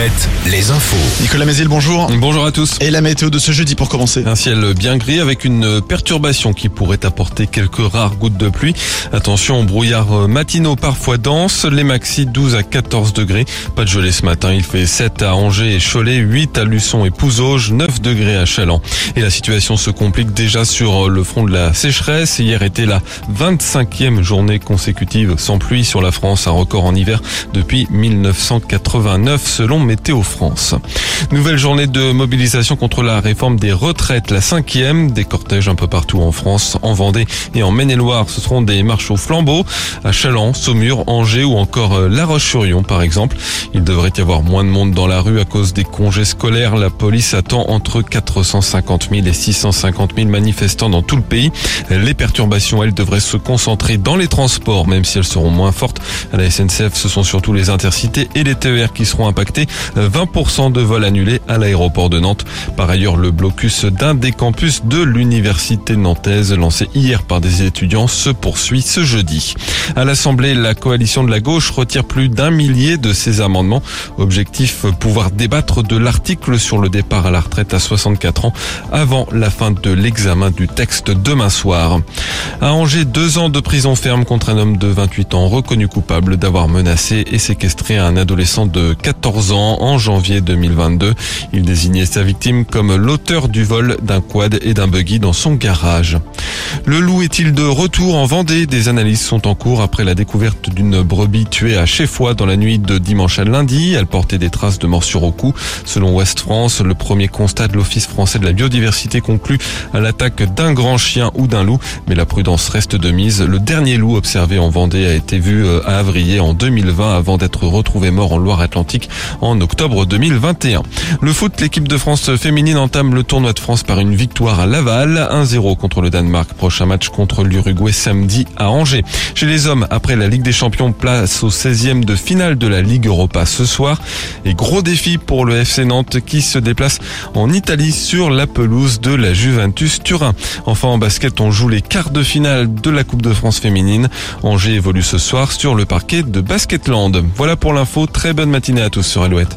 Alouette, les infos. Nicolas Mézil, bonjour. Bonjour à tous. Et la météo de ce jeudi pour commencer. Un ciel bien gris avec une perturbation qui pourrait apporter quelques rares gouttes de pluie. Attention aux brouillards matinaux parfois denses. Les maxi 12 à 14 degrés. Pas de gelée ce matin. Il fait 7 à Angers et Cholet, 8 à Luçon et Pouzauges, 9 degrés à Challans. Et la situation se complique déjà sur le front de la sécheresse. Hier était la 25e journée consécutive sans pluie sur la France. Un record en hiver depuis 1989 selon Météo France. Nouvelle journée de mobilisation contre la réforme des retraites, la 5e. Des cortèges un peu partout en France, en Vendée et en Maine-et-Loire. Ce seront des marches au flambeau à Challans, Saumur, Angers ou encore La Roche-sur-Yon par exemple. Il devrait y avoir moins de monde dans la rue à cause des congés scolaires. La police attend entre 450 000 et 650 000 manifestants dans tout le pays. Les perturbations, elles, devraient se concentrer dans les transports, même si elles seront moins fortes. À la SNCF, ce sont surtout les intercités et les TER qui seront impactés. 20% de vols annulés à l'aéroport de Nantes. Par ailleurs, le blocus d'un des campus de l'université nantaise lancé hier par des étudiants se poursuit ce jeudi. À l'Assemblée, la coalition de la gauche retire plus d'1 millier de ses amendements. Objectif, pouvoir débattre de l'article sur le départ à la retraite à 64 ans avant la fin de l'examen du texte demain soir. À Angers, 2 ans de prison ferme contre un homme de 28 ans reconnu coupable d'avoir menacé et séquestré un adolescent de 14 ans en janvier 2022. Il désignait sa victime comme l'auteur du vol d'un quad et d'un buggy dans son garage. Le loup est-il de retour en Vendée? Des analyses sont en cours après la découverte d'une brebis tuée à Cheffoy dans la nuit de dimanche à lundi. Elle portait des traces de morsure au cou. Selon Ouest France, le premier constat de l'Office français de la biodiversité conclut à l'attaque d'un grand chien ou d'un loup. Mais la prudence reste de mise. Le dernier loup observé en Vendée a été vu à Avrier en 2020 avant d'être retrouvé mort en Loire-Atlantique en octobre 2021. Le foot, l'équipe de France féminine entame le tournoi de France par une victoire à Laval, 1-0 contre le Danemark. Prochain match contre l'Uruguay samedi à Angers. Chez les hommes, après la Ligue des Champions, place au 16e de finale de la Ligue Europa ce soir. Et gros défi pour le FC Nantes qui se déplace en Italie sur la pelouse de la Juventus Turin. Enfin en basket, on joue les quarts de finale de la Coupe de France féminine. Angers évolue ce soir sur le parquet de Basketland. Voilà pour l'info, très bonne matinée à tous sur Alouette.